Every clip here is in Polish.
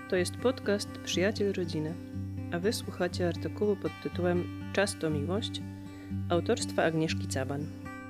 To jest podcast Przyjaciel Rodziny, a wy słuchacie artykułu pod tytułem Czas to miłość autorstwa Agnieszki Caban.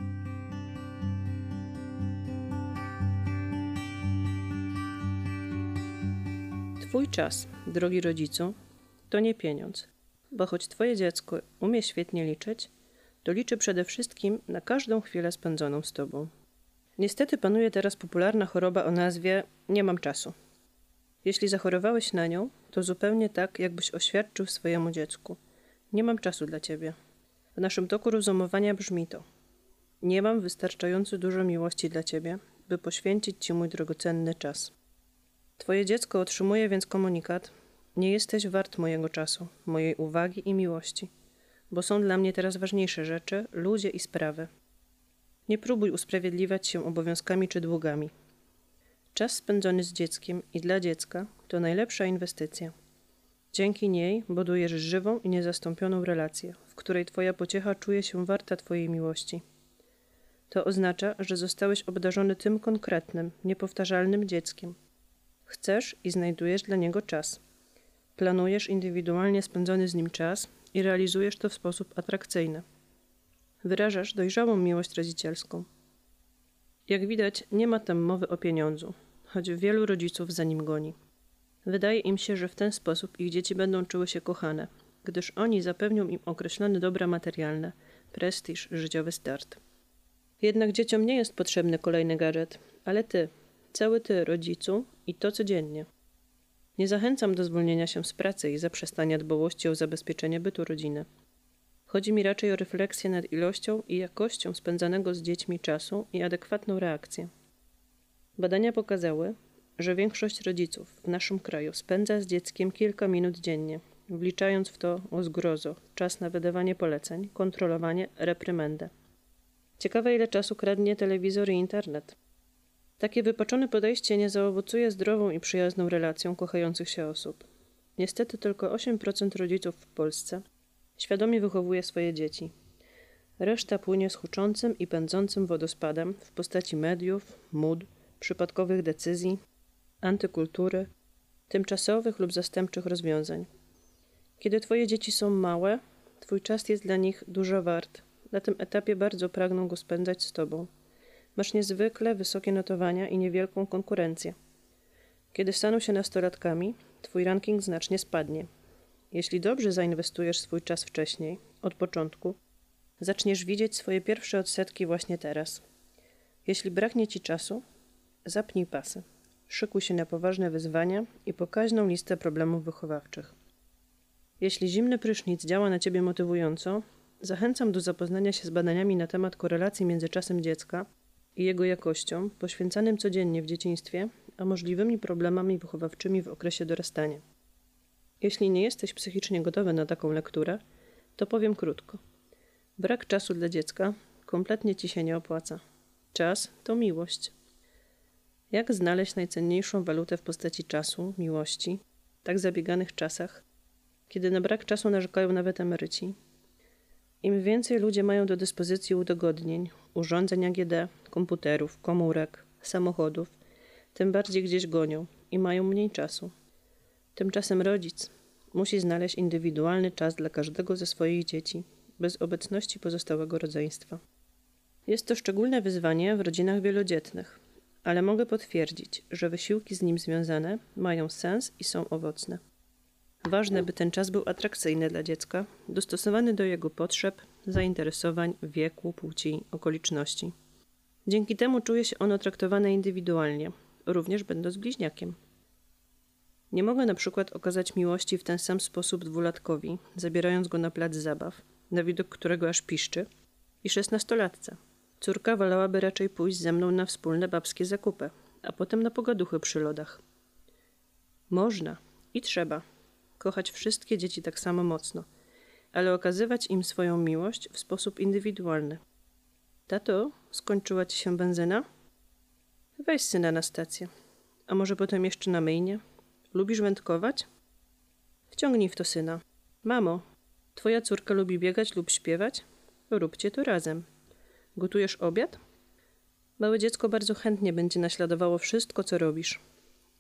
Twój czas, drogi rodzicu, to nie pieniądz, bo choć twoje dziecko umie świetnie liczyć, to liczy przede wszystkim na każdą chwilę spędzoną z tobą. Niestety panuje teraz popularna choroba o nazwie „nie mam czasu”. Jeśli zachorowałeś na nią, to zupełnie tak, jakbyś oświadczył swojemu dziecku: nie mam czasu dla ciebie. W naszym toku rozumowania brzmi to: nie mam wystarczająco dużo miłości dla ciebie, by poświęcić ci mój drogocenny czas. Twoje dziecko otrzymuje więc komunikat: nie jesteś wart mojego czasu, mojej uwagi i miłości, bo są dla mnie teraz ważniejsze rzeczy, ludzie i sprawy. Nie próbuj usprawiedliwiać się obowiązkami czy długami. Czas spędzony z dzieckiem i dla dziecka to najlepsza inwestycja. Dzięki niej budujesz żywą i niezastąpioną relację, w której twoja pociecha czuje się warta twojej miłości. To oznacza, że zostałeś obdarzony tym konkretnym, niepowtarzalnym dzieckiem. Chcesz i znajdujesz dla niego czas. Planujesz indywidualnie spędzony z nim czas i realizujesz to w sposób atrakcyjny. Wyrażasz dojrzałą miłość rodzicielską. Jak widać, nie ma tam mowy o pieniądzu, choć wielu rodziców za nim goni. Wydaje im się, że w ten sposób ich dzieci będą czuły się kochane, gdyż oni zapewnią im określone dobra materialne, prestiż, życiowy start. Jednak dzieciom nie jest potrzebny kolejny gadżet, ale ty, cały ty, rodzicu, i to codziennie. Nie zachęcam do zwolnienia się z pracy i zaprzestania dbałości o zabezpieczenie bytu rodziny. Chodzi mi raczej o refleksję nad ilością i jakością spędzanego z dziećmi czasu i adekwatną reakcję. Badania pokazały, że większość rodziców w naszym kraju spędza z dzieckiem kilka minut dziennie, wliczając w to, o zgrozo, czas na wydawanie poleceń, kontrolowanie, reprymendę. Ciekawe, ile czasu kradnie telewizor i internet. Takie wypaczone podejście nie zaowocuje zdrową i przyjazną relacją kochających się osób. Niestety tylko 8% rodziców w Polsce świadomie wychowuje swoje dzieci. Reszta płynie z huczącym i pędzącym wodospadem w postaci mediów, mód, przypadkowych decyzji, antykultury, tymczasowych lub zastępczych rozwiązań. Kiedy twoje dzieci są małe, twój czas jest dla nich dużo wart. Na tym etapie bardzo pragną go spędzać z tobą. Masz niezwykle wysokie notowania i niewielką konkurencję. Kiedy staną się nastolatkami, twój ranking znacznie spadnie. Jeśli dobrze zainwestujesz swój czas wcześniej, od początku, zaczniesz widzieć swoje pierwsze odsetki właśnie teraz. Jeśli braknie ci czasu, zapnij pasy. Szykuj się na poważne wyzwania i pokaźną listę problemów wychowawczych. Jeśli zimny prysznic działa na ciebie motywująco, zachęcam do zapoznania się z badaniami na temat korelacji między czasem dziecka i jego jakością, poświęcanym codziennie w dzieciństwie, a możliwymi problemami wychowawczymi w okresie dorastania. Jeśli nie jesteś psychicznie gotowy na taką lekturę, to powiem krótko. Brak czasu dla dziecka kompletnie ci się nie opłaca. Czas to miłość. Jak znaleźć najcenniejszą walutę w postaci czasu, miłości, w tak zabieganych czasach, kiedy na brak czasu narzekają nawet emeryci? Im więcej ludzie mają do dyspozycji udogodnień, urządzeń AGD, komputerów, komórek, samochodów, tym bardziej gdzieś gonią i mają mniej czasu. Tymczasem rodzic musi znaleźć indywidualny czas dla każdego ze swoich dzieci, bez obecności pozostałego rodzeństwa. Jest to szczególne wyzwanie w rodzinach wielodzietnych, ale mogę potwierdzić, że wysiłki z nim związane mają sens i są owocne. Ważne, by ten czas był atrakcyjny dla dziecka, dostosowany do jego potrzeb, zainteresowań, wieku, płci, okoliczności. Dzięki temu czuje się ono traktowane indywidualnie, również będąc bliźniakiem. Nie mogę na przykład okazać miłości w ten sam sposób dwulatkowi, zabierając go na plac zabaw, na widok którego aż piszczy, i 16-latce. Córka wolałaby raczej pójść ze mną na wspólne babskie zakupy, a potem na pogaduchy przy lodach. Można i trzeba kochać wszystkie dzieci tak samo mocno, ale okazywać im swoją miłość w sposób indywidualny. Tato, skończyła ci się benzyna? Weź syna na stację. A może potem jeszcze na myjnię? Lubisz wędkować? Wciągnij w to syna. Mamo, twoja córka lubi biegać lub śpiewać? Róbcie to razem. Gotujesz obiad? Małe dziecko bardzo chętnie będzie naśladowało wszystko, co robisz.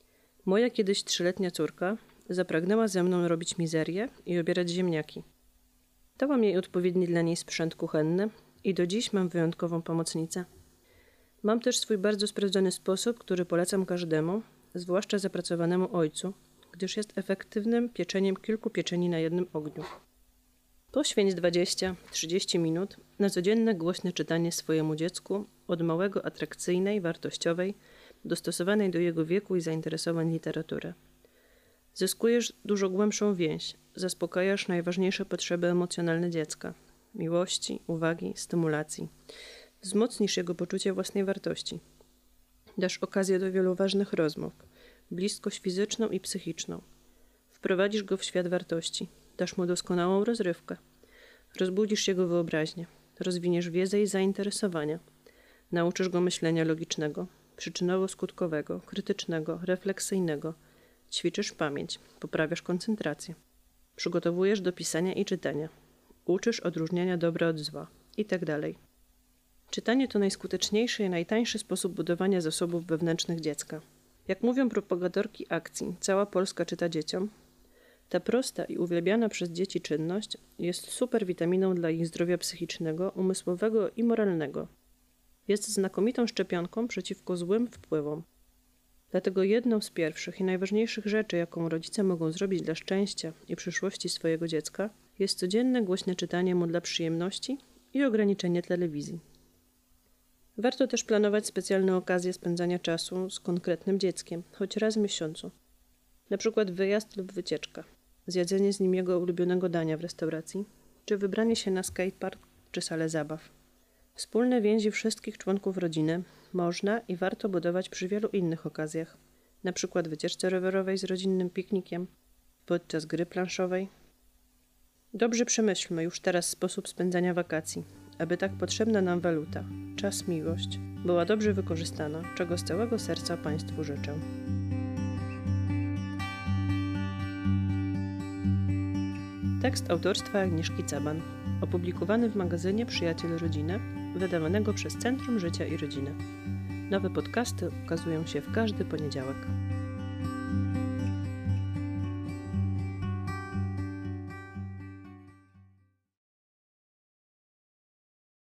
Moja kiedyś 3-letnia córka zapragnęła ze mną robić mizerię i obierać ziemniaki. Dałam jej odpowiedni dla niej sprzęt kuchenny i do dziś mam wyjątkową pomocnicę. Mam też swój bardzo sprawdzony sposób, który polecam każdemu, zwłaszcza zapracowanemu ojcu, gdyż jest efektywnym pieczeniem kilku pieczeni na jednym ogniu. Poświęć 20-30 minut na codzienne głośne czytanie swojemu dziecku od małego atrakcyjnej, wartościowej, dostosowanej do jego wieku i zainteresowań literatury. Zyskujesz dużo głębszą więź, zaspokajasz najważniejsze potrzeby emocjonalne dziecka – miłości, uwagi, stymulacji. Wzmocnisz jego poczucie własnej wartości. Dasz okazję do wielu ważnych rozmów, bliskość fizyczną i psychiczną. Wprowadzisz go w świat wartości, dasz mu doskonałą rozrywkę. Rozbudzisz jego wyobraźnię, rozwiniesz wiedzę i zainteresowania. Nauczysz go myślenia logicznego, przyczynowo-skutkowego, krytycznego, refleksyjnego. Ćwiczysz pamięć, poprawiasz koncentrację. Przygotowujesz do pisania i czytania. Uczysz odróżniania dobra od zła itd. Czytanie to najskuteczniejszy i najtańszy sposób budowania zasobów wewnętrznych dziecka. Jak mówią propagatorki akcji Cała Polska czyta dzieciom, ta prosta i uwielbiana przez dzieci czynność jest super witaminą dla ich zdrowia psychicznego, umysłowego i moralnego. Jest znakomitą szczepionką przeciwko złym wpływom. Dlatego jedną z pierwszych i najważniejszych rzeczy, jaką rodzice mogą zrobić dla szczęścia i przyszłości swojego dziecka, jest codzienne głośne czytanie mu dla przyjemności i ograniczenie telewizji. Warto też planować specjalne okazje spędzania czasu z konkretnym dzieckiem, choć raz w miesiącu. Na przykład wyjazd lub wycieczka, zjedzenie z nim jego ulubionego dania w restauracji, czy wybranie się na skatepark czy salę zabaw. Wspólne więzi wszystkich członków rodziny można i warto budować przy wielu innych okazjach, na przykład wycieczce rowerowej z rodzinnym piknikiem, podczas gry planszowej. Dobrze przemyślmy już teraz sposób spędzania wakacji, aby tak potrzebna nam waluta, czas, miłość, była dobrze wykorzystana, czego z całego serca Państwu życzę. Tekst autorstwa Agnieszki Caban, opublikowany w magazynie Przyjaciel Rodziny, wydawanego przez Centrum Życia i Rodziny. Nowe podcasty ukazują się w każdy poniedziałek.